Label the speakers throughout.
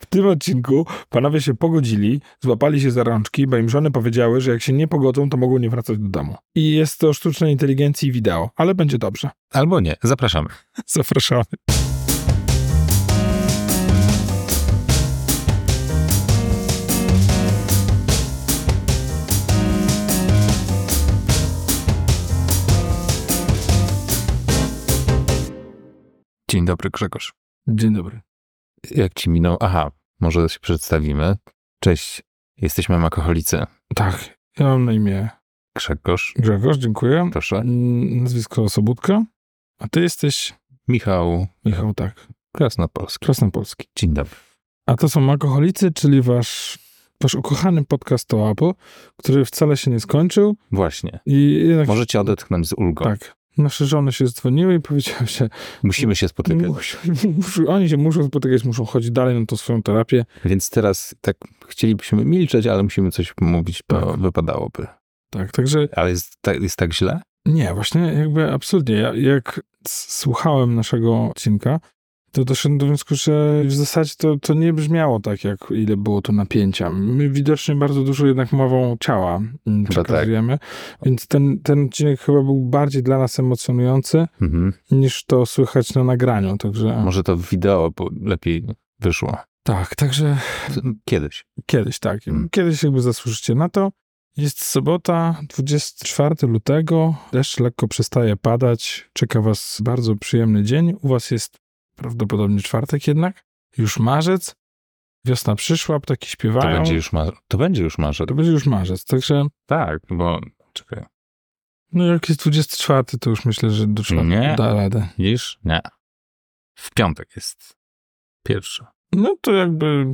Speaker 1: tym odcinku panowie się pogodzili, złapali się za rączki, bo im żony powiedziały, że jak się nie pogodzą, to mogą nie wracać do domu. I jest to sztucznej inteligencji wideo, ale będzie dobrze.
Speaker 2: Albo nie. Zapraszamy.
Speaker 1: Zapraszamy.
Speaker 2: Dzień dobry, Grzegorz.
Speaker 1: Dzień dobry.
Speaker 2: Jak ci minął? Aha, może się przedstawimy. Cześć, jesteśmy Makoholicy.
Speaker 1: Tak, ja mam na imię
Speaker 2: Grzegorz.
Speaker 1: Grzegorz, dziękuję.
Speaker 2: Proszę.
Speaker 1: Nazwisko Sobudka, a ty jesteś...
Speaker 2: Michał.
Speaker 1: Michał, tak.
Speaker 2: Krasnopolski.
Speaker 1: Krasnopolski.
Speaker 2: Dzień dobry.
Speaker 1: A to są Makoholicy, czyli wasz ukochany podcast o Apple, który wcale się nie skończył.
Speaker 2: Właśnie.
Speaker 1: I jednak,
Speaker 2: Możecie odetchnąć z ulgą.
Speaker 1: tak. Nasze żony się dzwoniły i powiedziały się...
Speaker 2: Musimy się spotykać.
Speaker 1: Oni się muszą spotykać, muszą chodzić dalej na tą swoją terapię.
Speaker 2: Więc teraz tak chcielibyśmy milczeć, ale musimy coś mówić, bo
Speaker 1: Tak.
Speaker 2: Wypadałoby.
Speaker 1: Tak, także...
Speaker 2: Ale jest tak źle?
Speaker 1: Nie, właśnie jakby absolutnie. Ja, jak słuchałem naszego odcinka, to doszedłem do wniosku, że w zasadzie to nie brzmiało tak, jak ile było tu napięcia. My widocznie bardzo dużo jednak mową ciała przekazujemy, więc ten odcinek chyba był bardziej dla nas emocjonujący, niż to słychać na nagraniu. Także...
Speaker 2: Może to w wideo lepiej wyszło.
Speaker 1: Tak, także...
Speaker 2: Kiedyś,
Speaker 1: tak. Kiedyś jakby zasłużycie na to. Jest sobota, 24 lutego, deszcz lekko przestaje padać, czeka was bardzo przyjemny dzień. U was jest prawdopodobnie czwartek jednak, już marzec, wiosna przyszła, ptaki śpiewają.
Speaker 2: To będzie już marzec.
Speaker 1: To będzie już marzec, także...
Speaker 2: Tak, bo... Czekaj.
Speaker 1: No jak jest 24, to już myślę, że do czwartku da radę.
Speaker 2: Widzisz? Nie. W piątek jest pierwszy.
Speaker 1: No to jakby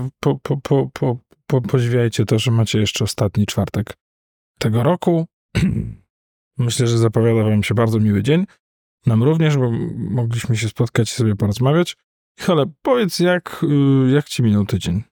Speaker 1: podziwiajcie to, że macie jeszcze ostatni czwartek tego roku. Myślę, że zapowiada wam się bardzo miły dzień. Nam również, bo mogliśmy się spotkać i sobie porozmawiać. Ale powiedz, jak ci minął tydzień?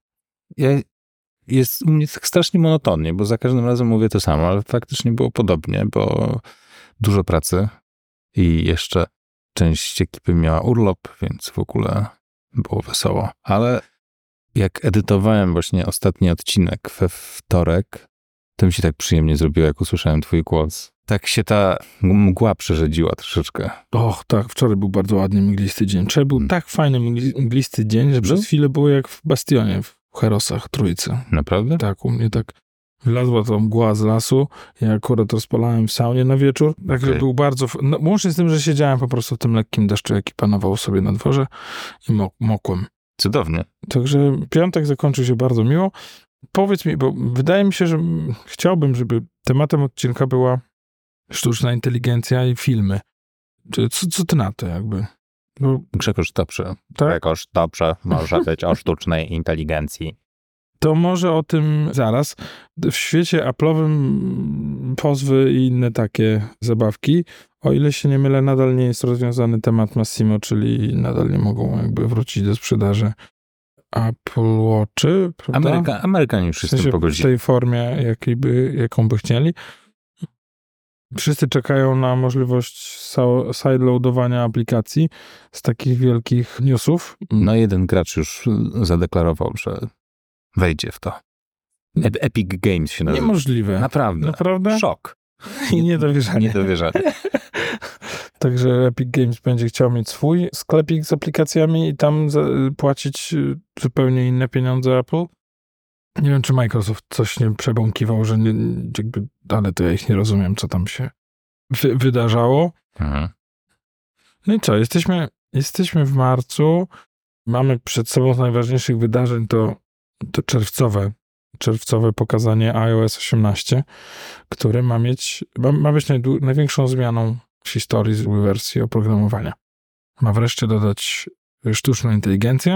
Speaker 2: Jest u mnie tak strasznie monotonnie, bo za każdym razem mówię to samo, ale faktycznie było podobnie, bo dużo pracy i jeszcze część ekipy miała urlop, więc w ogóle było wesoło. Ale jak edytowałem właśnie ostatni odcinek we wtorek, to mi się tak przyjemnie zrobiło, jak usłyszałem twój głos. Tak się ta mgła przerzedziła troszeczkę.
Speaker 1: Och, tak, wczoraj był bardzo ładny mglisty dzień. Wczoraj był tak fajny mglisty dzień, że przez chwilę było jak w Bastionie, w Herosach Trójcy.
Speaker 2: Naprawdę?
Speaker 1: Tak, u mnie tak wlazła ta mgła z lasu. Ja akurat rozpalałem w saunie na wieczór. Także był bardzo... No, łącznie z tym, że siedziałem po prostu w tym lekkim deszczu, jaki panował sobie na dworze i mokłem.
Speaker 2: Cudownie.
Speaker 1: Także piątek zakończył się bardzo miło. Powiedz mi, bo wydaje mi się, że chciałbym, żeby tematem odcinka była sztuczna inteligencja i filmy. Co ty na to jakby? No,
Speaker 2: Grzegorz dobrze.
Speaker 1: tak?
Speaker 2: Grzegorz dobrze może być o sztucznej inteligencji.
Speaker 1: To może o tym zaraz. W świecie Apple'owym pozwy i inne takie zabawki, o ile się nie mylę, nadal nie jest rozwiązany temat Massimo, czyli nadal nie mogą jakby wrócić do sprzedaży Apple Watchy, prawda?
Speaker 2: Amerykanie już się z tym pogodzili.
Speaker 1: W tej formie, jaką by chcieli. Wszyscy czekają na możliwość sideloadowania aplikacji z takich wielkich newsów.
Speaker 2: No jeden gracz już zadeklarował, że wejdzie w to. Epic Games się nazywa.
Speaker 1: Niemożliwe.
Speaker 2: Naprawdę? Szok.
Speaker 1: I niedowierzanie. Także Epic Games będzie chciał mieć swój sklepik z aplikacjami i tam płacić zupełnie inne pieniądze Apple. Nie wiem, czy Microsoft coś nie przebąkiwał, że jakby, ale to ja ich nie rozumiem, co tam się wydarzało. No i co, jesteśmy w marcu, mamy przed sobą z najważniejszych wydarzeń to czerwcowe pokazanie iOS 18, które ma być największą zmianą w historii wersji oprogramowania. Ma wreszcie dodać sztuczną inteligencję.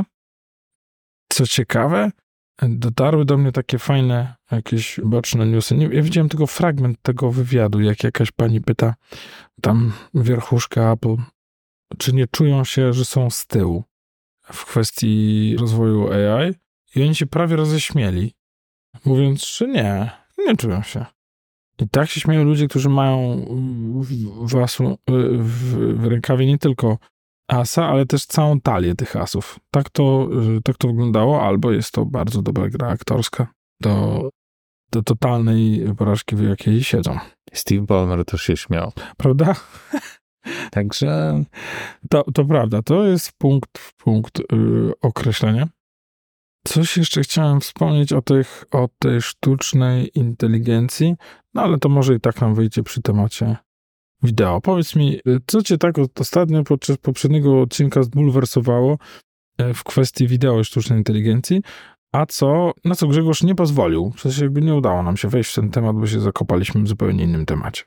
Speaker 1: Co ciekawe, dotarły do mnie takie fajne jakieś boczne newsy. Ja widziałem tylko fragment tego wywiadu, jak jakaś pani pyta tam wierchuszka Apple, czy nie czują się, że są z tyłu w kwestii rozwoju AI i oni się prawie roześmieli, mówiąc, że nie czują się. I tak się śmieją ludzie, którzy mają w rękawie nie tylko asa, ale też całą talię tych asów. Tak to wyglądało, albo jest to bardzo dobra gra aktorska do totalnej porażki, w jakiej siedzą.
Speaker 2: Steve Ballmer też się śmiał.
Speaker 1: Prawda?
Speaker 2: Także...
Speaker 1: To prawda, to jest punkt określenia. Coś jeszcze chciałem wspomnieć o tej sztucznej inteligencji, no ale to może i tak nam wyjdzie przy temacie wideo. Powiedz mi, co cię tak ostatnio podczas poprzedniego odcinka zbulwersowało w kwestii wideo i sztucznej inteligencji, a na co Grzegorz nie pozwolił? W sensie jakby nie udało nam się wejść w ten temat, bo się zakopaliśmy w zupełnie innym temacie.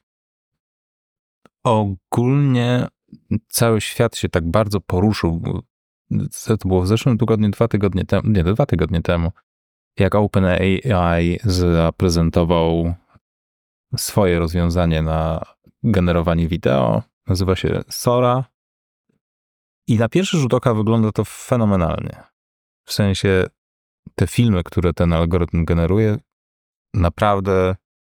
Speaker 2: Ogólnie cały świat się tak bardzo poruszył. To było w zeszłym tygodniu, 2 tygodnie temu, jak OpenAI zaprezentował swoje rozwiązanie na generowanie wideo. Nazywa się Sora. I na pierwszy rzut oka wygląda to fenomenalnie. W sensie te filmy, które ten algorytm generuje, naprawdę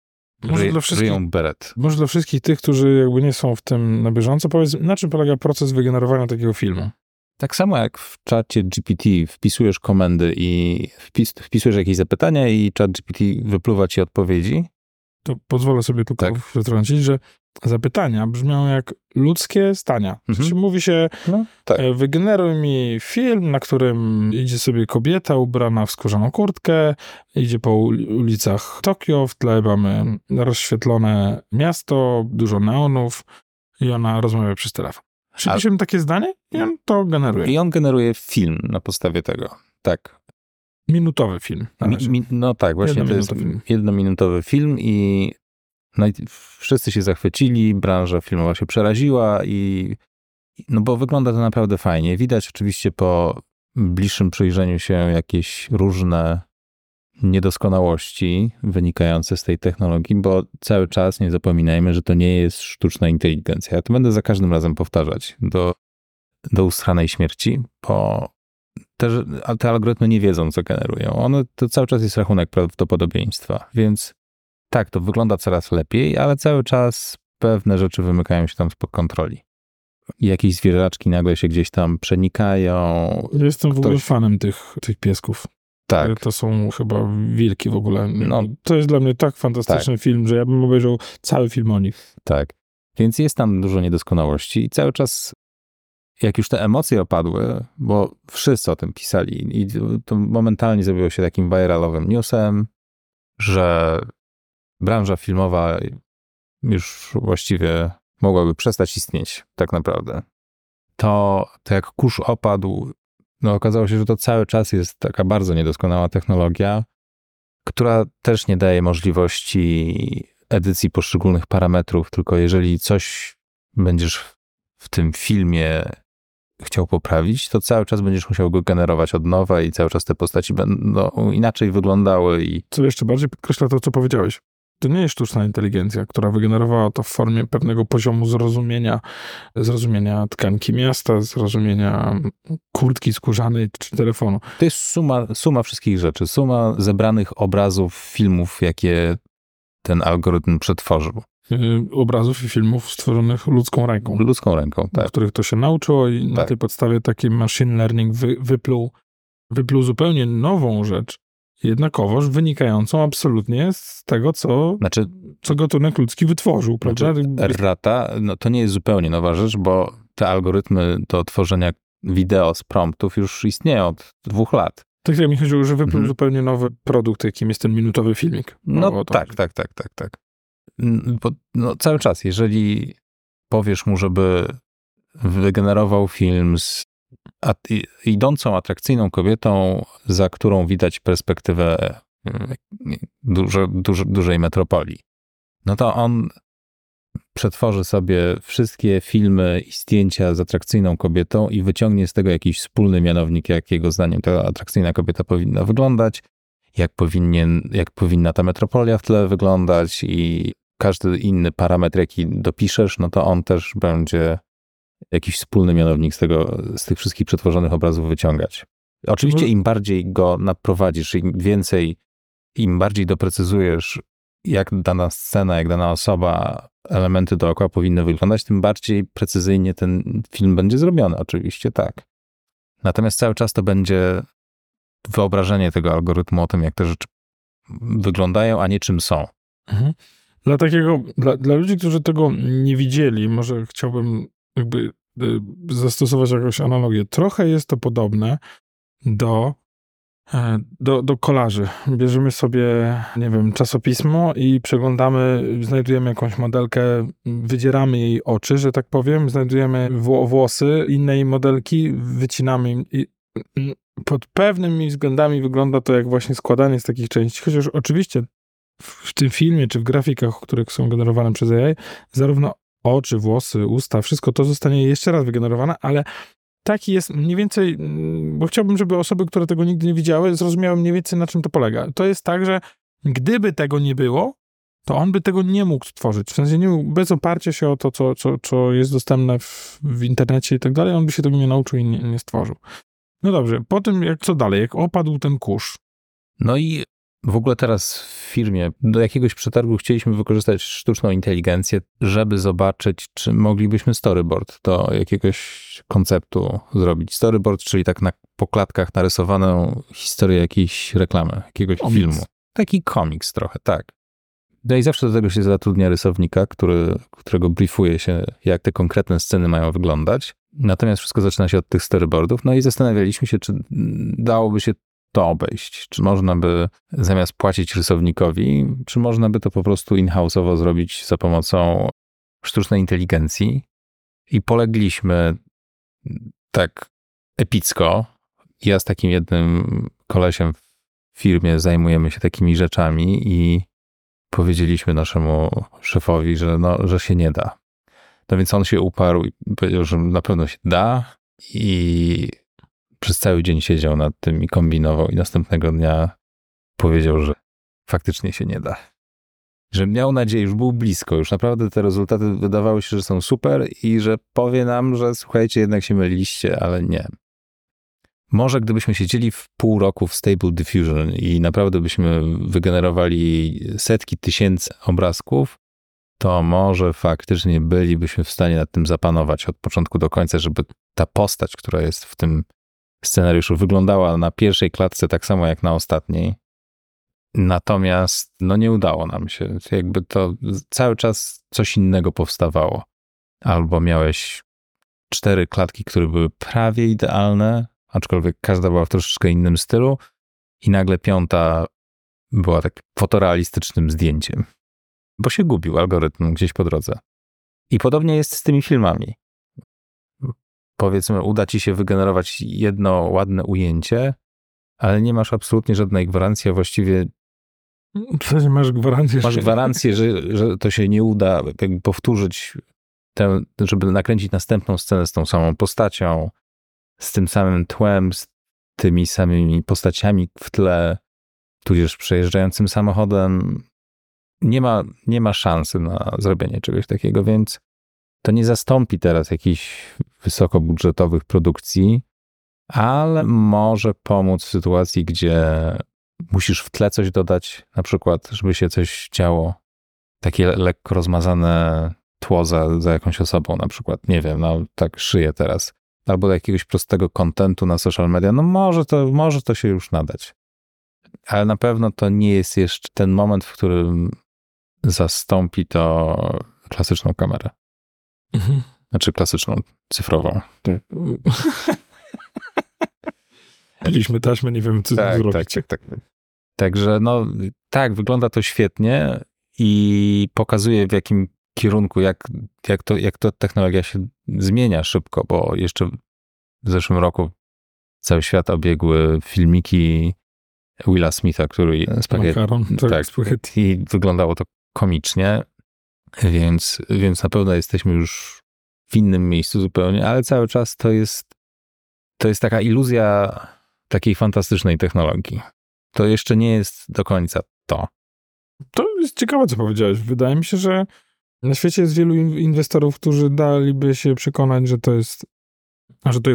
Speaker 2: ryją beret.
Speaker 1: Może dla wszystkich tych, którzy jakby nie są w tym na bieżąco, powiedz, na czym polega proces wygenerowania takiego filmu?
Speaker 2: Tak samo jak w czacie GPT wpisujesz komendy i wpisujesz jakieś zapytania i chat GPT wypluwa ci odpowiedzi.
Speaker 1: To pozwolę sobie tylko wtrącić, że zapytania brzmią jak ludzkie stania. Czyli mówi się, wygeneruj mi film, na którym idzie sobie kobieta ubrana w skórzaną kurtkę, idzie po ulicach Tokio, w tle mamy rozświetlone miasto, dużo neonów i ona rozmawia przez telefon. Piszemy takie zdanie i on to generuje.
Speaker 2: I on generuje film na podstawie tego. Tak.
Speaker 1: Minutowy film.
Speaker 2: No tak, właśnie to jest jednominutowy film i wszyscy się zachwycili, branża filmowa się przeraziła no bo wygląda to naprawdę fajnie. Widać oczywiście po bliższym przyjrzeniu się jakieś różne niedoskonałości wynikające z tej technologii, bo cały czas nie zapominajmy, że to nie jest sztuczna inteligencja. Ja to będę za każdym razem powtarzać do ustranej śmierci, bo te algorytmy nie wiedzą, co generują. To cały czas jest rachunek prawdopodobieństwa, więc tak, to wygląda coraz lepiej, ale cały czas pewne rzeczy wymykają się tam spod kontroli. I jakieś zwierzaczki nagle się gdzieś tam przenikają.
Speaker 1: Jestem w ogóle fanem tych piesków.
Speaker 2: Tak.
Speaker 1: To są chyba wilki w ogóle. No, to jest dla mnie tak fantastyczny film, że ja bym obejrzał cały film o nich.
Speaker 2: Tak. Więc jest tam dużo niedoskonałości i cały czas, jak już te emocje opadły, bo wszyscy o tym pisali i to momentalnie zrobiło się takim viralowym newsem, że branża filmowa już właściwie mogłaby przestać istnieć tak naprawdę. To jak kurz opadł, okazało się, że to cały czas jest taka bardzo niedoskonała technologia, która też nie daje możliwości edycji poszczególnych parametrów, tylko jeżeli coś będziesz w tym filmie chciał poprawić, to cały czas będziesz musiał go generować od nowa i cały czas te postaci będą inaczej wyglądały. Co
Speaker 1: jeszcze bardziej podkreśla to, co powiedziałeś. To nie jest sztuczna inteligencja, która wygenerowała to w formie pewnego poziomu zrozumienia tkanki miasta, zrozumienia kurtki skórzanej czy telefonu.
Speaker 2: To jest suma wszystkich rzeczy, suma zebranych obrazów, filmów, jakie ten algorytm przetworzył.
Speaker 1: Obrazów i filmów stworzonych ludzką ręką.
Speaker 2: Ludzką ręką, tak.
Speaker 1: W których to się nauczyło i na tej podstawie taki machine learning wypluł zupełnie nową rzecz, jednakowoż wynikającą absolutnie z tego, co gatunek ludzki wytworzył, prawda?
Speaker 2: Errata, to nie jest zupełnie nowa rzecz, bo te algorytmy do tworzenia wideo z promptów już istnieją od 2 lat.
Speaker 1: Tak jak mi chodziło, że wypluł zupełnie nowy produkt, jakim jest ten minutowy filmik.
Speaker 2: Tak. Bo cały czas, jeżeli powiesz mu, żeby wygenerował film z idącą, atrakcyjną kobietą, za którą widać perspektywę dużej metropolii, no to on przetworzy sobie wszystkie filmy i zdjęcia z atrakcyjną kobietą i wyciągnie z tego jakiś wspólny mianownik, jak jego zdaniem ta atrakcyjna kobieta powinna wyglądać, jak powinna ta metropolia w tle wyglądać i każdy inny parametr, jaki dopiszesz, no to on też będzie jakiś wspólny mianownik z tych wszystkich przetworzonych obrazów wyciągać. Oczywiście im bardziej go naprowadzisz, im bardziej doprecyzujesz, jak dana scena, jak dana osoba elementy dookoła powinny wyglądać, tym bardziej precyzyjnie ten film będzie zrobiony. Oczywiście tak. Natomiast cały czas to będzie wyobrażenie tego algorytmu o tym, jak te rzeczy wyglądają, a nie czym są.
Speaker 1: Mhm. Dla ludzi, którzy tego nie widzieli, może chciałbym jakby zastosować jakąś analogię. Trochę jest to podobne do kolaży. Bierzemy sobie, nie wiem, czasopismo i przeglądamy, znajdujemy jakąś modelkę, wydzieramy jej oczy, że tak powiem, znajdujemy włosy innej modelki, wycinamy i pod pewnymi względami wygląda to jak właśnie składanie z takich części, chociaż oczywiście w tym filmie, czy w grafikach, które są generowane przez AI, zarówno oczy, włosy, usta, wszystko to zostanie jeszcze raz wygenerowane, ale taki jest mniej więcej, bo chciałbym, żeby osoby, które tego nigdy nie widziały, zrozumiały mniej więcej, na czym to polega. To jest tak, że gdyby tego nie było, to on by tego nie mógł stworzyć. W sensie nie mógł, bez oparcia się o to, co jest dostępne w internecie i tak dalej, on by się tego nie nauczył i nie stworzył. No dobrze, po tym, co dalej? Jak opadł ten kurz?
Speaker 2: No i w ogóle teraz w firmie do jakiegoś przetargu chcieliśmy wykorzystać sztuczną inteligencję, żeby zobaczyć, czy moglibyśmy storyboard do jakiegoś konceptu zrobić. Storyboard, czyli tak po klatkach narysowaną historię jakiejś reklamy, jakiegoś filmu. Taki komiks trochę, tak. No i zawsze do tego się zatrudnia rysownika, którego briefuje się, jak te konkretne sceny mają wyglądać. Natomiast wszystko zaczyna się od tych storyboardów. No i zastanawialiśmy się, czy dałoby się to obejść. Czy można by zamiast płacić rysownikowi, czy można by to po prostu in-house'owo zrobić za pomocą sztucznej inteligencji. I polegliśmy tak epicko. Ja z takim jednym kolesiem w firmie zajmujemy się takimi rzeczami i powiedzieliśmy naszemu szefowi, że się nie da. No więc on się uparł i powiedział, że na pewno się da i przez cały dzień siedział nad tym i kombinował i następnego dnia powiedział, że faktycznie się nie da. Że miał nadzieję, już był blisko, już naprawdę te rezultaty wydawały się, że są super i że powie nam, że słuchajcie, jednak się myliliście, ale nie. Może gdybyśmy siedzieli w pół roku w Stable Diffusion i naprawdę byśmy wygenerowali setki tysięcy obrazków, to może faktycznie bylibyśmy w stanie nad tym zapanować od początku do końca, żeby ta postać, która jest w tym scenariuszu, wyglądała na pierwszej klatce tak samo jak na ostatniej. Natomiast nie udało nam się. Jakby to cały czas coś innego powstawało. Albo miałeś 4 klatki, które były prawie idealne, aczkolwiek każda była w troszeczkę innym stylu i nagle 5 była tak fotorealistycznym zdjęciem. Bo się gubił algorytm gdzieś po drodze. I podobnie jest z tymi filmami. Powiedzmy, uda ci się wygenerować jedno ładne ujęcie, ale nie masz absolutnie żadnej gwarancji, a właściwie
Speaker 1: w sensie masz
Speaker 2: gwarancję, że to się nie uda jakby powtórzyć, żeby nakręcić następną scenę z tą samą postacią, z tym samym tłem, z tymi samymi postaciami w tle, tudzież przejeżdżającym samochodem. Nie ma szansy na zrobienie czegoś takiego, więc to nie zastąpi teraz jakichś wysokobudżetowych produkcji, ale może pomóc w sytuacji, gdzie musisz w tle coś dodać, na przykład, żeby się coś działo. Takie lekko rozmazane tło za jakąś osobą, na przykład, nie wiem, tak szyję teraz. Albo do jakiegoś prostego kontentu na social media, może to się już nadać. Ale na pewno to nie jest jeszcze ten moment, w którym zastąpi to klasyczną kamerę.
Speaker 1: Mhm.
Speaker 2: Znaczy klasyczną, cyfrową.
Speaker 1: Tak. Mieliśmy taśmę, nie wiem, co zrobić.
Speaker 2: Tak. Także tak, wygląda to świetnie i pokazuje w jakim kierunku, jak to technologia się zmienia szybko, bo jeszcze w zeszłym roku cały świat obiegły filmiki Willa Smitha, który spaghetti, i wyglądało to komicznie, więc na pewno jesteśmy już w innym miejscu zupełnie, ale cały czas to jest taka iluzja takiej fantastycznej technologii. To jeszcze nie jest do końca to.
Speaker 1: To jest ciekawe, co powiedziałeś. Wydaje mi się, że na świecie jest wielu inwestorów, którzy daliby się przekonać, że to jest, że to już.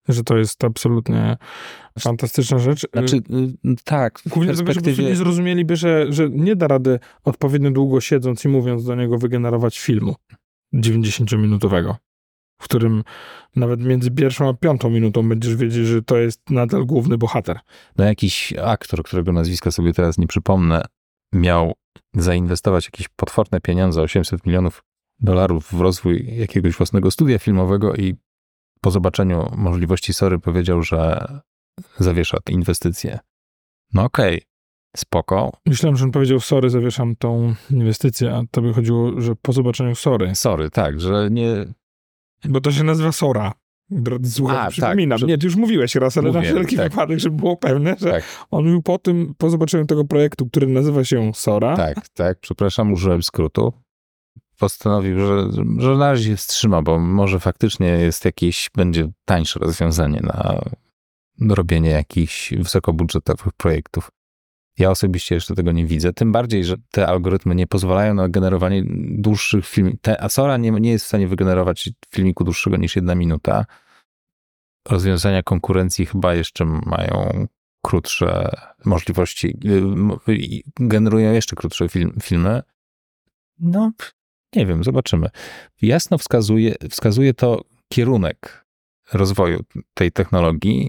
Speaker 1: że to jest absolutnie fantastyczna rzecz.
Speaker 2: Znaczy, tak.
Speaker 1: Głównie dlatego, że po prostu nie zrozumieliby, że nie da rady odpowiednio długo siedząc i mówiąc do niego wygenerować filmu 90-minutowego, w którym nawet między pierwszą a 5 minutą będziesz wiedzieć, że to jest nadal główny bohater.
Speaker 2: No jakiś aktor, którego nazwiska sobie teraz nie przypomnę, miał zainwestować jakieś potworne pieniądze, $800 milionów w rozwój jakiegoś własnego studia filmowego i po zobaczeniu możliwości Sory powiedział, że zawiesza te inwestycje. No okej, spoko.
Speaker 1: Myślałem, że on powiedział, sorry, zawieszam tą inwestycję, a tobie chodziło, że po zobaczeniu Sory.
Speaker 2: Sorry, tak, że nie...
Speaker 1: Bo to się nazywa Sora. Drodzy słuchacze, przypominam.
Speaker 2: Tak,
Speaker 1: nie, ty już mówiłeś raz, ale na wszelki wypadek, żeby było pewne, że on mówił po zobaczeniu tego projektu, który nazywa się Sora.
Speaker 2: Tak, przepraszam, użyłem skrótu. Postanowił, że na razie się wstrzyma, bo może faktycznie jest będzie tańsze rozwiązanie na robienie jakichś wysokobudżetowych projektów. Ja osobiście jeszcze tego nie widzę, tym bardziej, że te algorytmy nie pozwalają na generowanie dłuższych filmów. A Sora nie jest w stanie wygenerować filmiku dłuższego niż 1 minuta. Rozwiązania konkurencji chyba jeszcze mają krótsze możliwości, generują jeszcze krótsze filmy. No, nie wiem, zobaczymy. Jasno wskazuje to kierunek rozwoju tej technologii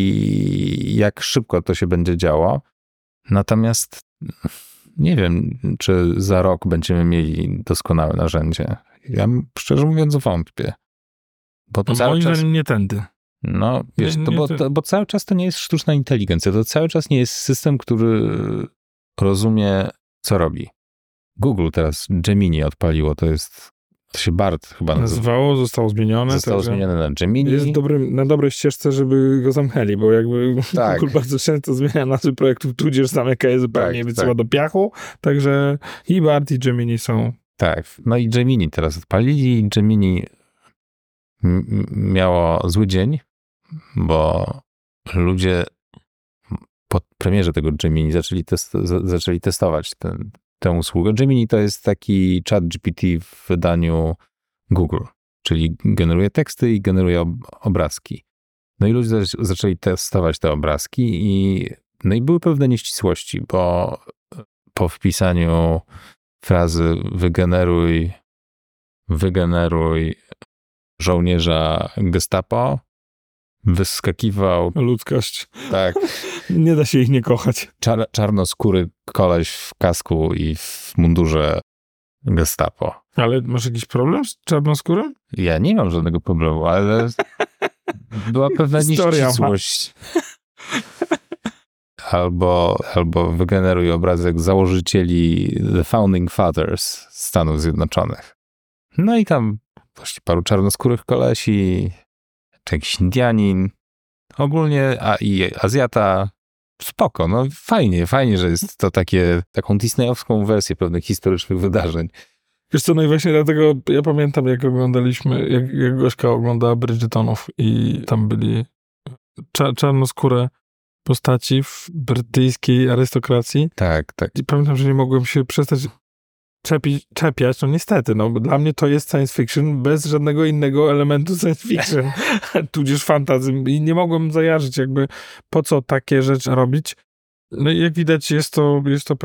Speaker 2: i jak szybko to się będzie działo. Natomiast nie wiem, czy za rok będziemy mieli doskonałe narzędzie. Ja szczerze mówiąc wątpię. Bo
Speaker 1: moim zdaniem nie tędy.
Speaker 2: No, wiesz, bo cały czas to nie jest sztuczna inteligencja. To cały czas nie jest system, który rozumie, co robi. Google teraz Gemini odpaliło, to się BART chyba
Speaker 1: nazywało, zostało zmienione.
Speaker 2: Zostało zmienione na Gemini.
Speaker 1: Jest na dobrej ścieżce, żeby go zamknęli, bo jakby Google bardzo często zmienia nazwy projektów, tudzież zamyka je zupełnie wysyła do piachu, także i BART i Gemini są.
Speaker 2: Tak, no i Gemini teraz odpalili i Gemini miało zły dzień, bo ludzie po premierze tego Gemini zaczęli testować tę usługę. Gemini to jest taki chat GPT w wydaniu Google, czyli generuje teksty i generuje obrazki. No i ludzie zaczęli testować te obrazki i były pewne nieścisłości, bo po wpisaniu frazy wygeneruj żołnierza Gestapo, wyskakiwał...
Speaker 1: Ludzkość.
Speaker 2: Tak.
Speaker 1: Nie da się ich nie kochać.
Speaker 2: Czarnoskóry koleś w kasku i w mundurze Gestapo.
Speaker 1: Ale masz jakiś problem z czarnoskórym?
Speaker 2: Ja nie mam żadnego problemu, ale była pewna nieścisłość. Albo wygeneruj obrazek założycieli The Founding Fathers Stanów Zjednoczonych. No i tam właśnie paru czarnoskórych kolesi, czy jakiś Indianin, ogólnie i Azjata, spoko, no fajnie, że jest to taką disneyowską wersję pewnych historycznych wydarzeń.
Speaker 1: Wiesz co, no i właśnie dlatego ja pamiętam, jak oglądaliśmy, jak Gośka oglądała Bridgertonów i tam byli czarnoskóre postaci w brytyjskiej arystokracji.
Speaker 2: Tak.
Speaker 1: I pamiętam, że nie mogłem się przestać czepiać, no niestety, no bo dla mnie to jest science fiction bez żadnego innego elementu science fiction, tudzież fantasy i nie mogłem zajarzyć jakby po co takie rzeczy robić. No i jak widać jest to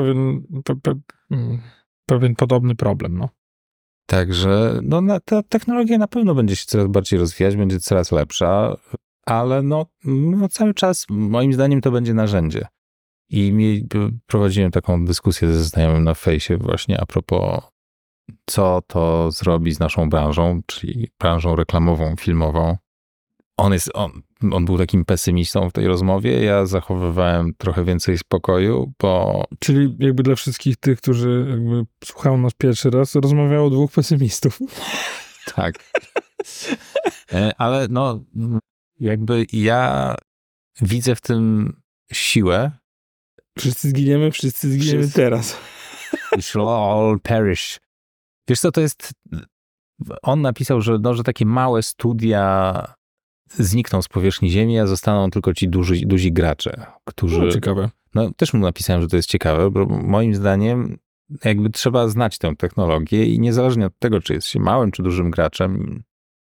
Speaker 1: pewien podobny problem, no.
Speaker 2: Także ta technologia na pewno będzie się coraz bardziej rozwijać, będzie coraz lepsza, ale cały czas moim zdaniem to będzie narzędzie. I prowadziłem taką dyskusję ze znajomym na fejsie właśnie a propos, co to zrobi z naszą branżą, czyli branżą reklamową, filmową. On był takim pesymistą w tej rozmowie, ja zachowywałem trochę więcej spokoju, bo...
Speaker 1: Czyli jakby dla wszystkich tych, którzy jakby słuchają nas pierwszy raz, rozmawiało 2 pesymistów.
Speaker 2: Tak. Ale jakby ja widzę w tym siłę.
Speaker 1: Wszyscy zginiemy teraz.
Speaker 2: We shall all perish. Wiesz co, to jest... On napisał, że takie małe studia znikną z powierzchni Ziemi, a zostaną tylko ci duzi gracze, którzy...
Speaker 1: Ciekawe.
Speaker 2: Też mu napisałem, że to jest ciekawe, bo moim zdaniem jakby trzeba znać tę technologię i niezależnie od tego, czy jest się małym, czy dużym graczem,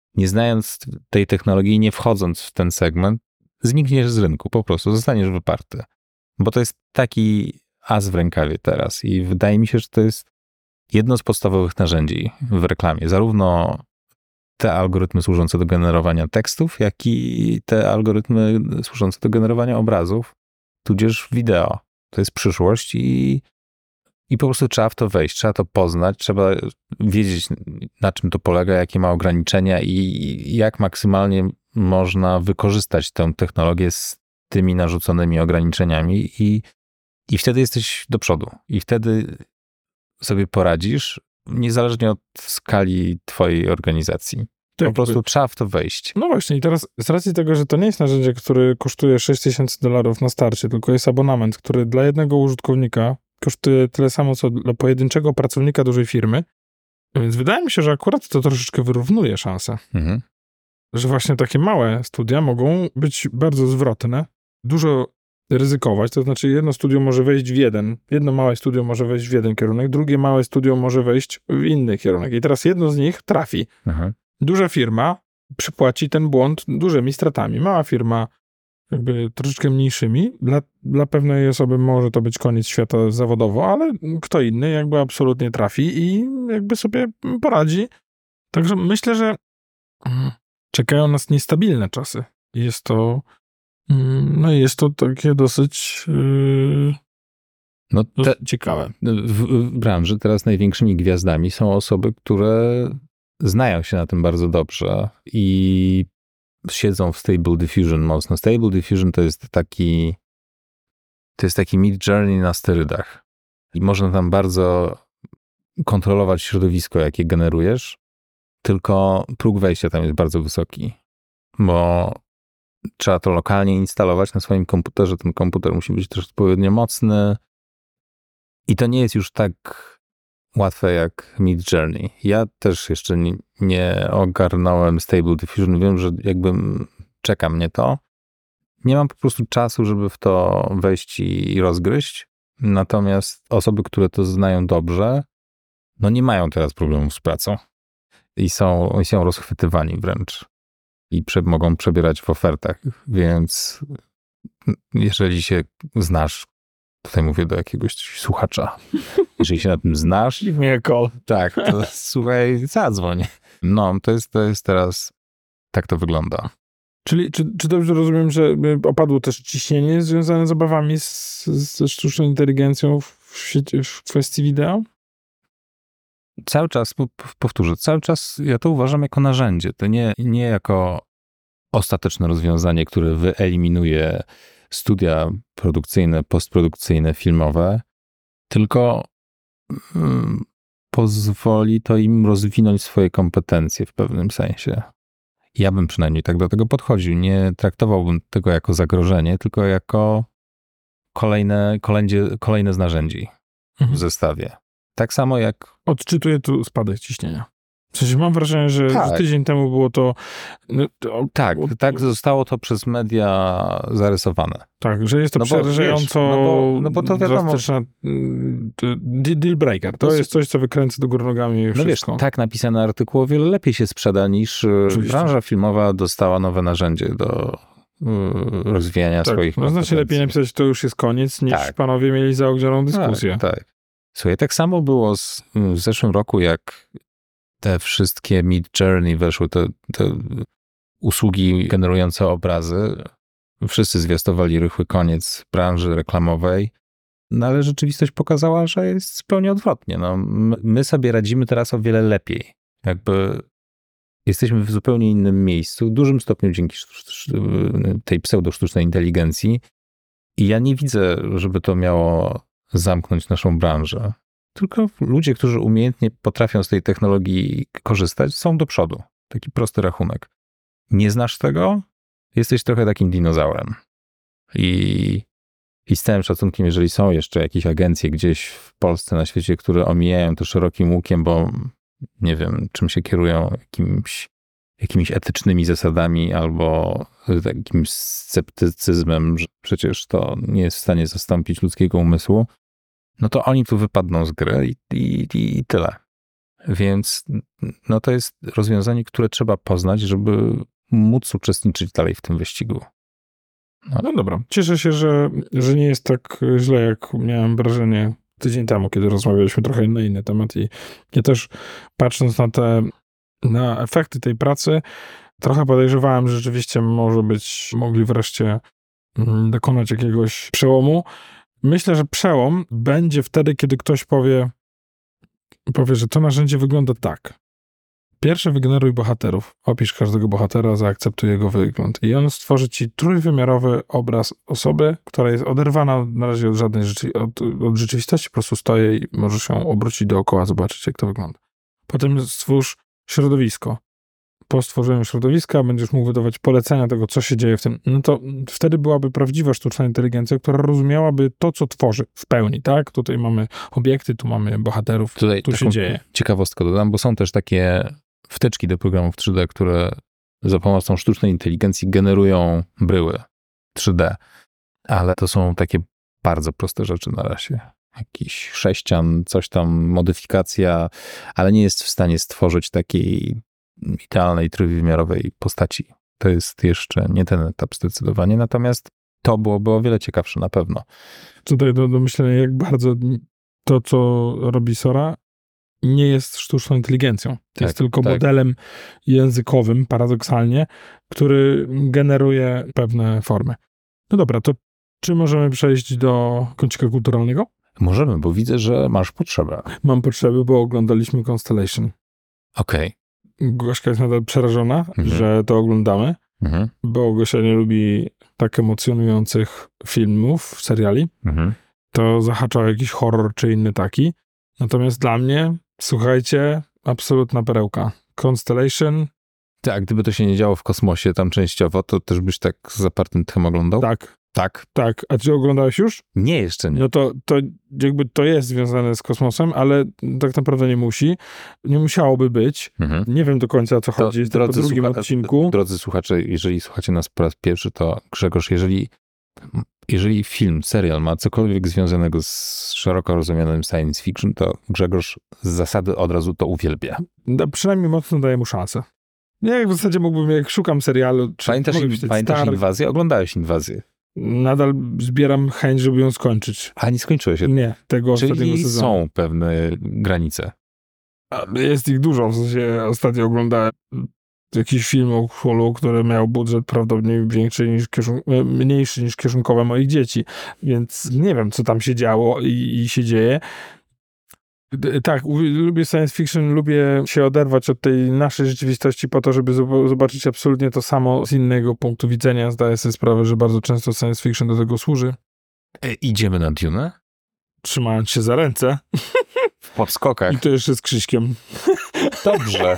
Speaker 2: nie znając tej technologii, nie wchodząc w ten segment, znikniesz z rynku, po prostu zostaniesz wyparty. Bo to jest taki as w rękawie teraz i wydaje mi się, że to jest jedno z podstawowych narzędzi w reklamie. Zarówno te algorytmy służące do generowania tekstów, jak i te algorytmy służące do generowania obrazów, tudzież wideo. To jest przyszłość i po prostu trzeba w to wejść, trzeba to poznać, trzeba wiedzieć, na czym to polega, jakie ma ograniczenia i jak maksymalnie można wykorzystać tę technologię z tymi narzuconymi ograniczeniami i wtedy jesteś do przodu. I wtedy sobie poradzisz, niezależnie od skali twojej organizacji.
Speaker 1: Tak,
Speaker 2: po prostu trzeba w to wejść.
Speaker 1: No właśnie i teraz z racji tego, że to nie jest narzędzie, które kosztuje $6,000 na starcie, tylko jest abonament, który dla jednego użytkownika kosztuje tyle samo, co dla pojedynczego pracownika dużej firmy, więc wydaje mi się, że akurat to troszeczkę wyrównuje szanse.
Speaker 2: Mhm.
Speaker 1: Że właśnie takie małe studia mogą być bardzo zwrotne, dużo ryzykować, to znaczy jedno małe studio może wejść w jeden kierunek, drugie małe studio może wejść w inny kierunek i teraz jedno z nich trafi.
Speaker 2: Mhm.
Speaker 1: Duża firma przypłaci ten błąd dużymi stratami. Mała firma jakby troszeczkę mniejszymi. Dla pewnej osoby może to być koniec świata zawodowo, ale kto inny jakby absolutnie trafi i jakby sobie poradzi. Także myślę, że czekają nas niestabilne czasy. Jest to takie dosyć ciekawe.
Speaker 2: W branży teraz największymi gwiazdami są osoby, które znają się na tym bardzo dobrze i siedzą w Stable Diffusion mocno. Stable Diffusion to jest taki Mid-Journey na sterydach. I można tam bardzo kontrolować środowisko, jakie generujesz, tylko próg wejścia tam jest bardzo wysoki, bo trzeba to lokalnie instalować na swoim komputerze. Ten komputer musi być też odpowiednio mocny i to nie jest już tak łatwe jak Mid-Journey. Ja też jeszcze nie ogarnąłem Stable Diffusion. Wiem, że jakbym czeka mnie to. Nie mam po prostu czasu, żeby w to wejść i rozgryźć. Natomiast osoby, które to znają dobrze, no nie mają teraz problemów z pracą. I są rozchwytywani wręcz. I mogą przebierać w ofertach. Więc jeżeli się znasz, tutaj mówię do jakiegoś słuchacza, jeżeli się na tym znasz,
Speaker 1: give me a call.
Speaker 2: Tak, to słuchaj, zadzwoń. No, to jest teraz, tak to wygląda.
Speaker 1: Czyli czy dobrze rozumiem, że opadło też ciśnienie związane z obawami ze sztuczną inteligencją w kwestii wideo?
Speaker 2: Cały czas, powtórzę, cały czas ja to uważam jako narzędzie. To nie jako ostateczne rozwiązanie, które wyeliminuje studia produkcyjne, postprodukcyjne, filmowe, tylko pozwoli to im rozwinąć swoje kompetencje w pewnym sensie. Ja bym przynajmniej tak do tego podchodził. Nie traktowałbym tego jako zagrożenie, tylko jako kolejne z narzędzi w zestawie. Tak samo jak...
Speaker 1: Odczytuję tu spadek ciśnienia. W sensie mam wrażenie, że tydzień temu było to...
Speaker 2: Tak zostało to przez media zarysowane.
Speaker 1: Tak, że jest to przerażająco
Speaker 2: bo to wiadomo,
Speaker 1: deal breaker. To jest coś, co wykręca do góry nogami wszystko.
Speaker 2: Tak napisany artykuł o wiele lepiej się sprzeda niż branża filmowa dostała nowe narzędzie do rozwijania swoich kompetencji.
Speaker 1: Znacznie lepiej napisać, to już jest koniec, niż panowie mieli zaogdzioną dyskusję.
Speaker 2: Tak. Słuchaj, tak samo było w zeszłym roku, jak te wszystkie Mid-Journey weszły, te usługi generujące obrazy. Wszyscy zwiastowali rychły koniec branży reklamowej, no ale rzeczywistość pokazała, że jest zupełnie odwrotnie. No, my sobie radzimy teraz o wiele lepiej. Jakby jesteśmy w zupełnie innym miejscu, w dużym stopniu dzięki tej pseudo-sztucznej inteligencji i ja nie widzę, żeby to miało zamknąć naszą branżę. Tylko ludzie, którzy umiejętnie potrafią z tej technologii korzystać, są do przodu. Taki prosty rachunek. Nie znasz tego? Jesteś trochę takim dinozaurem. I z całym szacunkiem, jeżeli są jeszcze jakieś agencje gdzieś w Polsce, na świecie, które omijają to szerokim łukiem, bo nie wiem, czym się kierują, jakimiś etycznymi zasadami albo jakimś sceptycyzmem, że przecież to nie jest w stanie zastąpić ludzkiego umysłu, no to oni tu wypadną z gry i tyle. Więc no to jest rozwiązanie, które trzeba poznać, żeby móc uczestniczyć dalej w tym wyścigu.
Speaker 1: No dobra. Cieszę się, że nie jest tak źle, jak miałem wrażenie tydzień temu, kiedy rozmawialiśmy trochę na inny temat i ja też patrząc na efekty tej pracy, trochę podejrzewałem, że rzeczywiście mogli wreszcie dokonać jakiegoś przełomu. Myślę, że przełom będzie wtedy, kiedy ktoś powie, że to narzędzie wygląda tak. Pierwsze wygeneruj bohaterów. Opisz każdego bohatera, zaakceptuj jego wygląd. I on stworzy ci trójwymiarowy obraz osoby, która jest oderwana na razie od żadnej od rzeczywistości, po prostu stoi i możesz ją obrócić dookoła, zobaczyć, jak to wygląda. Potem stwórz środowisko. Po stworzeniu środowiska będziesz mógł wydawać polecenia tego, co się dzieje w tym. No to wtedy byłaby prawdziwa sztuczna inteligencja, która rozumiałaby to, co tworzy w pełni, tak? Tutaj mamy obiekty, tu mamy bohaterów, tu się dzieje.
Speaker 2: Ciekawostkę dodam, bo są też takie wtyczki do programów 3D, które za pomocą sztucznej inteligencji generują bryły 3D, ale to są takie bardzo proste rzeczy na razie. Jakiś sześcian, coś tam, modyfikacja, ale nie jest w stanie stworzyć takiej idealnej, trójwymiarowej postaci. To jest jeszcze nie ten etap zdecydowanie, natomiast to byłoby o wiele ciekawsze na pewno.
Speaker 1: Tutaj do myślenia, jak bardzo to, co robi Sora, nie jest sztuczną inteligencją. To jest tylko modelem językowym, paradoksalnie, który generuje pewne formy. No dobra, to czy możemy przejść do kącika kulturalnego?
Speaker 2: Możemy, bo widzę, że masz potrzebę.
Speaker 1: Mam potrzebę, bo oglądaliśmy Constellation.
Speaker 2: Okej.
Speaker 1: Gośka jest nadal przerażona, że to oglądamy, bo Gosia nie lubi tak emocjonujących filmów, seriali. To zahacza o jakiś horror czy inny taki. Natomiast dla mnie, słuchajcie, absolutna perełka. Constellation.
Speaker 2: Tak, gdyby to się nie działo w kosmosie tam częściowo, to też byś tak z zapartym tchem oglądał?
Speaker 1: Tak.
Speaker 2: Tak.
Speaker 1: A czy oglądałeś już?
Speaker 2: Nie, jeszcze nie.
Speaker 1: No to jakby to jest związane z kosmosem, ale tak naprawdę nie musi. Nie musiałoby być. Nie wiem do końca, o co chodzi. Jest po drugim odcinku.
Speaker 2: Drodzy słuchacze, jeżeli słuchacie nas po raz pierwszy, to Grzegorz, jeżeli film, serial ma cokolwiek związanego z szeroko rozumianym science fiction, to Grzegorz z zasady od razu to uwielbia.
Speaker 1: Przynajmniej mocno daje mu szansę. Ja w zasadzie mógłbym, jak szukam serialu...
Speaker 2: Pamiętasz Inwazję? Oglądałeś Inwazję?
Speaker 1: Nadal zbieram chęć, żeby ją skończyć.
Speaker 2: A nie skończyłeś się?
Speaker 1: Nie, tego ostatniego
Speaker 2: Czyli
Speaker 1: sezonu.
Speaker 2: są pewne granice.
Speaker 1: Jest ich dużo, w sensie ostatnio oglądałem jakiś film o Hulu, który miał budżet prawdopodobnie mniejszy niż kieszonkowe moich dzieci, więc nie wiem, co tam się działo i się dzieje. Tak, lubię science fiction, lubię się oderwać od tej naszej rzeczywistości po to, żeby zobaczyć absolutnie to samo z innego punktu widzenia. Zdaję sobie sprawę, że bardzo często science fiction do tego służy.
Speaker 2: Idziemy na Dune?
Speaker 1: Trzymając się za ręce.
Speaker 2: W podskokach.
Speaker 1: I to jeszcze z Krzyśkiem.
Speaker 2: Dobrze.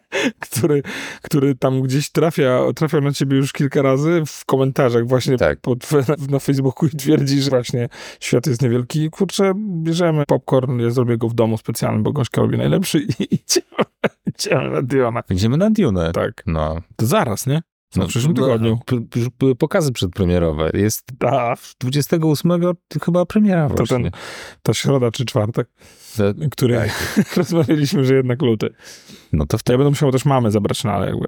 Speaker 1: który tam gdzieś trafiał na ciebie już kilka razy w komentarzach właśnie na Facebooku i twierdzi, że właśnie świat jest niewielki. Kurczę, bierzemy popcorn, ja zrobię go w domu specjalnie, bo Gośka robi najlepszy i idziemy na Dune.
Speaker 2: Idziemy na Dune.
Speaker 1: Tak.
Speaker 2: No.
Speaker 1: To zaraz, nie? W przyszłym tygodniu.
Speaker 2: Już były pokazy przedpremierowe. Jest 28 chyba premiera właśnie.
Speaker 1: Ta środa czy czwartek, który rozmawialiśmy, że jednak luty.
Speaker 2: No to wtedy...
Speaker 1: Ja będę musiał też mamę zabrać na ale jakby.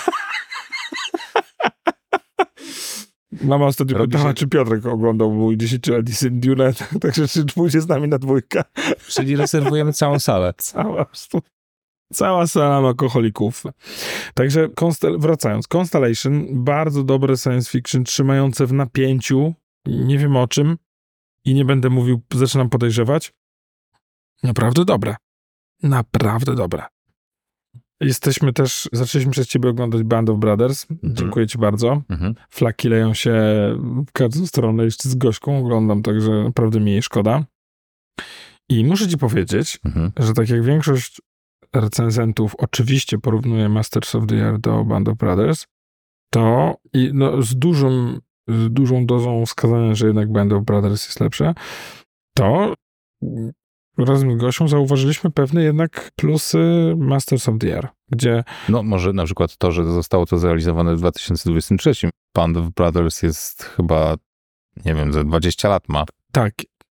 Speaker 1: Mama ostatnio pytała, czy Piotrek oglądał mój 10-letni syn Dune, także czy pójdzie z nami na dwójkę.
Speaker 2: Czyli rezerwujemy całą salę.
Speaker 1: Cała sala alkoholików. Także wracając, Constellation, bardzo dobre science fiction, trzymające w napięciu, nie wiem o czym i nie będę mówił, zaczynam podejrzewać. Naprawdę dobre. Naprawdę dobre. Zaczęliśmy przez ciebie oglądać Band of Brothers. Dziękuję ci bardzo. Flaki leją się w każdą stronę, jeszcze z Gośką oglądam, także naprawdę mi jej szkoda. I muszę ci powiedzieć, że tak jak większość recenzentów oczywiście porównuje Masters of the Air do Band of Brothers, to z dużą dozą wskazania, że jednak Band of Brothers jest lepsze, to razem z Gosią zauważyliśmy pewne jednak plusy Masters of the Air, gdzie...
Speaker 2: No może na przykład to, że zostało to zrealizowane w 2023. Band of Brothers jest chyba, nie wiem, za 20 lat ma.
Speaker 1: Tak.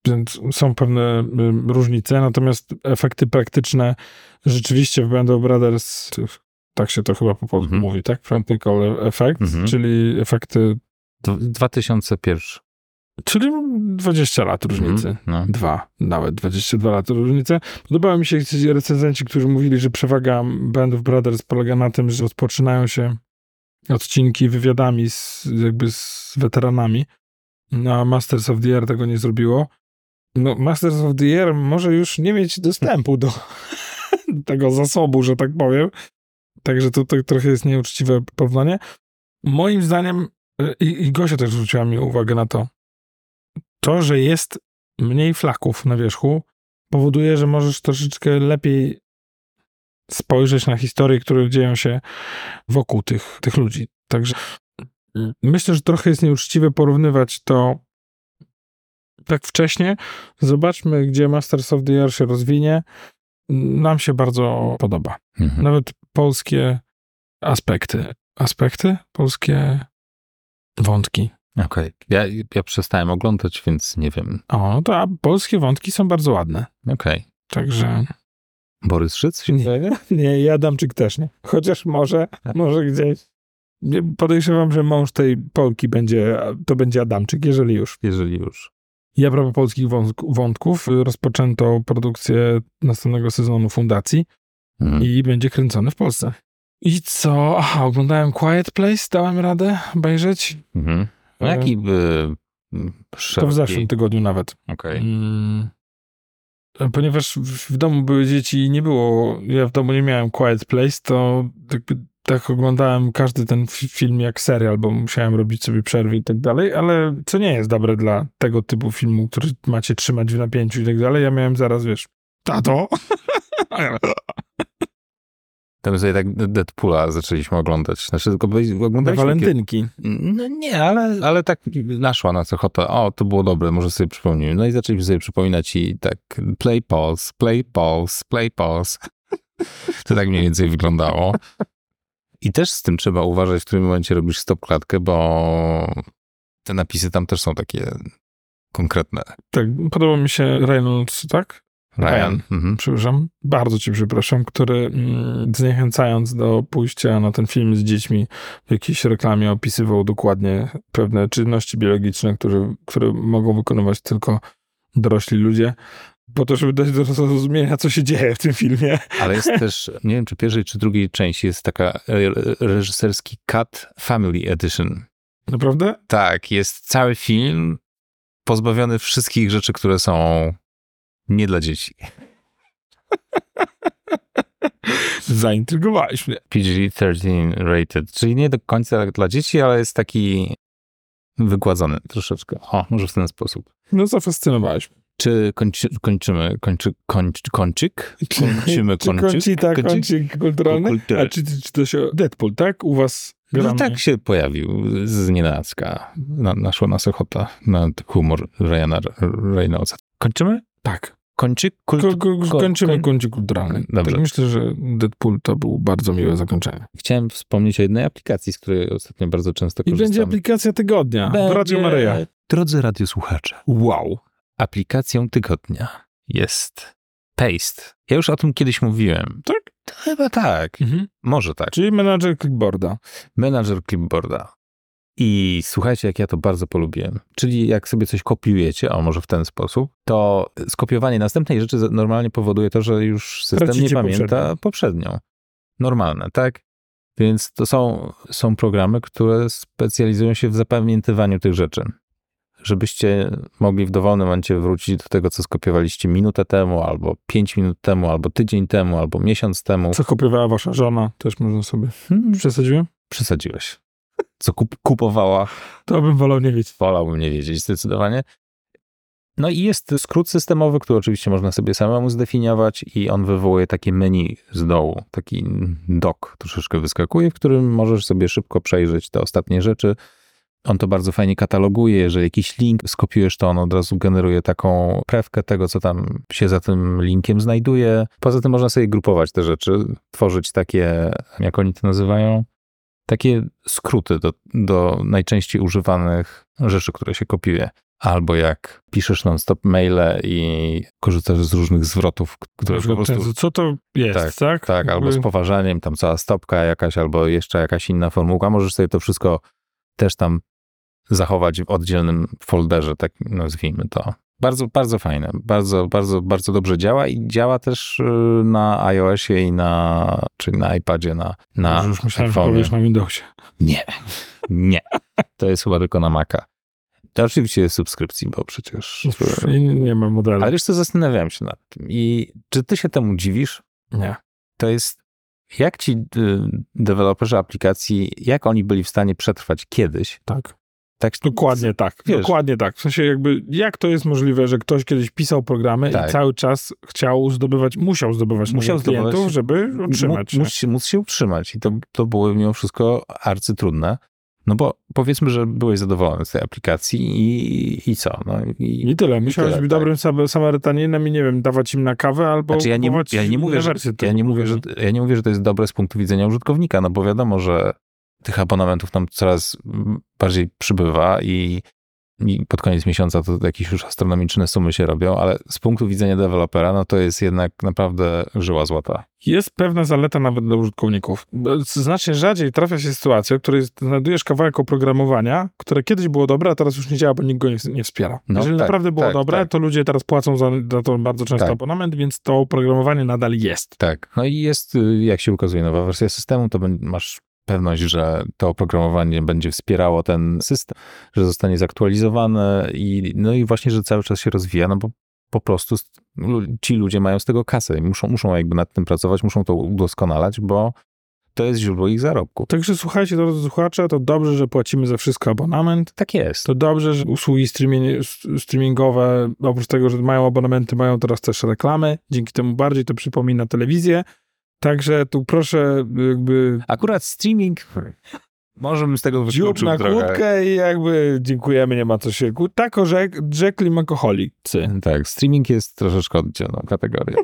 Speaker 1: Więc są pewne różnice, natomiast efekty praktyczne rzeczywiście w Band of Brothers, tak się to chyba po polsku mówi, tak? Practical effects, czyli efekty...
Speaker 2: 2001.
Speaker 1: Czyli 20 lat różnicy. Nawet 22 lata różnicy. Podobały mi się recenzenci, którzy mówili, że przewaga Band of Brothers polega na tym, że rozpoczynają się odcinki wywiadami z weteranami. A Masters of the Air tego nie zrobiło. No, Masters of the Air może już nie mieć dostępu do tego zasobu, że tak powiem. Także to trochę jest nieuczciwe porównanie. Moim zdaniem, i Gosia też zwróciła mi uwagę na to, że jest mniej flaków na wierzchu, powoduje, że możesz troszeczkę lepiej spojrzeć na historie, które dzieją się wokół tych ludzi. Także myślę, że trochę jest nieuczciwe porównywać to tak wcześnie. Zobaczmy, gdzie Masters of the Air się rozwinie. Nam się bardzo podoba. Nawet polskie aspekty, polskie wątki.
Speaker 2: Okej. Ja przestałem oglądać, więc nie wiem.
Speaker 1: A polskie wątki są bardzo ładne.
Speaker 2: Okej.
Speaker 1: Także...
Speaker 2: Borys Szyc?
Speaker 1: Nie, i Adamczyk też nie. Chociaż może gdzieś. Podejrzewam, że mąż tej Polki będzie Adamczyk, jeżeli już. I a propos polskich wątków, rozpoczęto produkcję następnego sezonu Fundacji i będzie kręcony w Polsce. I co? Oglądałem Quiet Place, dałem radę obejrzeć.
Speaker 2: No jaki
Speaker 1: to w zeszłym tygodniu nawet.
Speaker 2: Okej.
Speaker 1: Ponieważ w domu były dzieci i ja w domu nie miałem Quiet Place, to tak oglądałem każdy ten film jak serial, bo musiałem robić sobie przerwy i tak dalej, ale co nie jest dobre dla tego typu filmu, który macie trzymać w napięciu i tak dalej. Ja miałem zaraz, tato?
Speaker 2: To my sobie tak Deadpoola zaczęliśmy oglądać. Znaczy tylko oglądaliśmy...
Speaker 1: Walentynki.
Speaker 2: No nie, ale tak naszła nas ochota. To było dobre, może sobie przypomnimy. No i zaczęliśmy sobie przypominać i tak play, pause. To tak mniej więcej wyglądało. I też z tym trzeba uważać, w którym momencie robisz stop-klatkę, bo te napisy tam też są takie konkretne.
Speaker 1: Tak, podoba mi się Reynolds, tak? Ryan. Przepraszam, bardzo ci przepraszam, który zniechęcając do pójścia na ten film z dziećmi w jakiejś reklamie opisywał dokładnie pewne czynności biologiczne, które mogą wykonywać tylko dorośli ludzie, po to, żeby dać do zrozumienia, co się dzieje w tym filmie.
Speaker 2: Ale jest też, nie wiem, czy pierwszej, czy drugiej części jest taka reżyserski Cut Family Edition.
Speaker 1: Naprawdę?
Speaker 2: Tak, jest cały film pozbawiony wszystkich rzeczy, które są nie dla dzieci.
Speaker 1: Zaintrygowałeś mnie.
Speaker 2: PG-13 rated, czyli nie do końca dla dzieci, ale jest taki wygładzony troszeczkę. Może w ten sposób.
Speaker 1: No zafascynowałeś.
Speaker 2: Czy kończymy kącik?
Speaker 1: Kącik kulturalny? A czy to się Deadpool, tak? U was gramy?
Speaker 2: No tak się pojawił z nienacka. Naszła nas ochota na humor Ryana Reynoldsa. Kończymy?
Speaker 1: Tak.
Speaker 2: Kończymy
Speaker 1: kącik kulturalny.
Speaker 2: Dobrze.
Speaker 1: Tak myślę, że Deadpool to był bardzo miłe zakończenie.
Speaker 2: Chciałem wspomnieć o jednej aplikacji, z której ostatnio bardzo często korzystam.
Speaker 1: I będzie aplikacja tygodnia w Radio Maryja.
Speaker 2: Drodzy radiosłuchacze.
Speaker 1: Wow.
Speaker 2: Aplikacją tygodnia jest Paste. Ja już o tym kiedyś mówiłem.
Speaker 1: Tak?
Speaker 2: To chyba tak. Może tak.
Speaker 1: Czyli menadżer clipboarda.
Speaker 2: Menadżer clipboarda. I słuchajcie, jak ja to bardzo polubiłem. Czyli jak sobie coś kopiujecie, może w ten sposób, to skopiowanie następnej rzeczy normalnie powoduje to, że już system nie pamięta poprzednią. Normalne, tak? Więc to są programy, które specjalizują się w zapamiętywaniu tych rzeczy. Żebyście mogli w dowolnym momencie wrócić do tego, co skopiowaliście minutę temu, albo 5 minut temu, albo tydzień temu, albo miesiąc temu.
Speaker 1: Co kopiowała wasza żona, też można sobie. Przesadziłem?
Speaker 2: Przesadziłeś. Co kupowała.
Speaker 1: To bym wolał nie wiedzieć.
Speaker 2: Wolałbym nie wiedzieć, zdecydowanie. No i jest skrót systemowy, który oczywiście można sobie samemu zdefiniować i on wywołuje takie menu z dołu. Taki dock troszeczkę wyskakuje, w którym możesz sobie szybko przejrzeć te ostatnie rzeczy. On to bardzo fajnie kataloguje. Jeżeli jakiś link skopiujesz, to on od razu generuje taką prewkę tego, co tam się za tym linkiem znajduje. Poza tym można sobie grupować te rzeczy, tworzyć takie, jak oni to nazywają, takie skróty do najczęściej używanych rzeczy, które się kopiuje. albo jak piszesz non-stop maile i korzystasz z różnych zwrotów, które po prostu...
Speaker 1: Co to jest, tak?
Speaker 2: Tak, albo z poważaniem, tam cała stopka jakaś, albo jeszcze jakaś inna formułka. Możesz sobie to wszystko też tam zachować w oddzielnym folderze, tak nazwijmy to. Bardzo, bardzo fajne. Bardzo, bardzo, bardzo dobrze działa i działa też na iOSie i czyli na iPadzie, na
Speaker 1: już myślałem, że
Speaker 2: iPhone'ie.
Speaker 1: powiesz na Windowsie.
Speaker 2: Nie. To jest chyba tylko na Maca. To oczywiście jest subskrypcji, bo przecież...
Speaker 1: Nie ma modelu.
Speaker 2: Ale wiesz co, zastanawiałem się nad tym. I czy ty się temu dziwisz?
Speaker 1: Nie.
Speaker 2: To jest... Jak ci deweloperzy aplikacji, jak oni byli w stanie przetrwać kiedyś?
Speaker 1: Tak.
Speaker 2: Tak,
Speaker 1: Dokładnie tak.
Speaker 2: Wiesz.
Speaker 1: Dokładnie tak. W sensie jakby, jak to jest możliwe, że ktoś kiedyś pisał programy i cały czas musiał zdobywać nowych klientów, żeby utrzymać się.
Speaker 2: Móc się utrzymać. I to było mimo wszystko arcytrudne. No bo powiedzmy, że byłeś zadowolony z tej aplikacji i co? No
Speaker 1: I tyle. Musiałeś być dobrym Samarytaninem i nie wiem, dawać im na kawę albo
Speaker 2: znaczy, ja nie mówię, że to jest dobre z punktu widzenia użytkownika, no bo wiadomo, że tych abonentów tam coraz bardziej przybywa i pod koniec miesiąca to jakieś już astronomiczne sumy się robią, ale z punktu widzenia dewelopera, no to jest jednak naprawdę żyła złota.
Speaker 1: Jest pewna zaleta nawet dla użytkowników. Znacznie rzadziej trafia się sytuacja, w której znajdujesz kawałek oprogramowania, które kiedyś było dobre, a teraz już nie działa, bo nikt go nie wspiera.
Speaker 2: No,
Speaker 1: jeżeli naprawdę było dobre, to ludzie teraz płacą za to bardzo często abonament, więc to oprogramowanie nadal jest.
Speaker 2: Tak. No i jest, jak się ukazuje nowa wersja systemu, to masz pewność, że to oprogramowanie będzie wspierało ten system, że zostanie zaktualizowane i właśnie, że cały czas się rozwija, no bo po prostu ci ludzie mają z tego kasę i muszą jakby nad tym pracować, muszą to udoskonalać, bo to jest źródło ich zarobku.
Speaker 1: Także słuchajcie, drodzy słuchacze, to dobrze, że płacimy za wszystko abonament.
Speaker 2: Tak jest.
Speaker 1: To dobrze, że usługi streamingowe, oprócz tego, że mają abonamenty, mają teraz też reklamy. Dzięki temu bardziej to przypomina telewizję. Także tu proszę jakby...
Speaker 2: Akurat streaming... Możemy z tego wykluczyć
Speaker 1: na kłódkę i jakby dziękujemy, nie ma co się... Tak rzekli makoholicy.
Speaker 2: Tak, streaming jest troszeczkę oddzielną kategorią.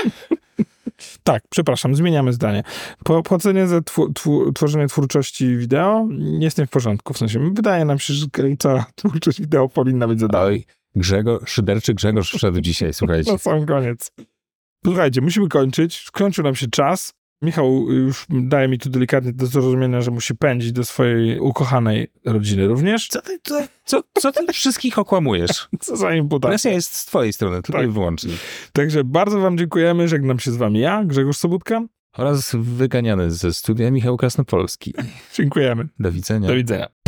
Speaker 1: Tak, przepraszam, zmieniamy zdanie. Płacenie za tworzenie twórczości wideo nie jest w porządku. W sensie, wydaje nam się, że cała twórczość wideo powinna być za darmo.
Speaker 2: Szyderczy Grzegorz wszedł dzisiaj, słuchajcie.
Speaker 1: Na sam koniec. Słuchajcie, musimy kończyć. Skończył nam się czas. Michał już daje mi tu delikatnie do zrozumienia, że musi pędzić do swojej ukochanej rodziny również.
Speaker 2: Co ty wszystkich okłamujesz?
Speaker 1: Co za imputacja.
Speaker 2: Presja jest z twojej strony, tylko i wyłącznie.
Speaker 1: Także bardzo wam dziękujemy. Żegnam się z wami ja, Grzegorz Sobudka.
Speaker 2: Oraz wyganiany ze studia Michał Krasnopolski.
Speaker 1: Dziękujemy.
Speaker 2: Do widzenia.
Speaker 1: Do widzenia.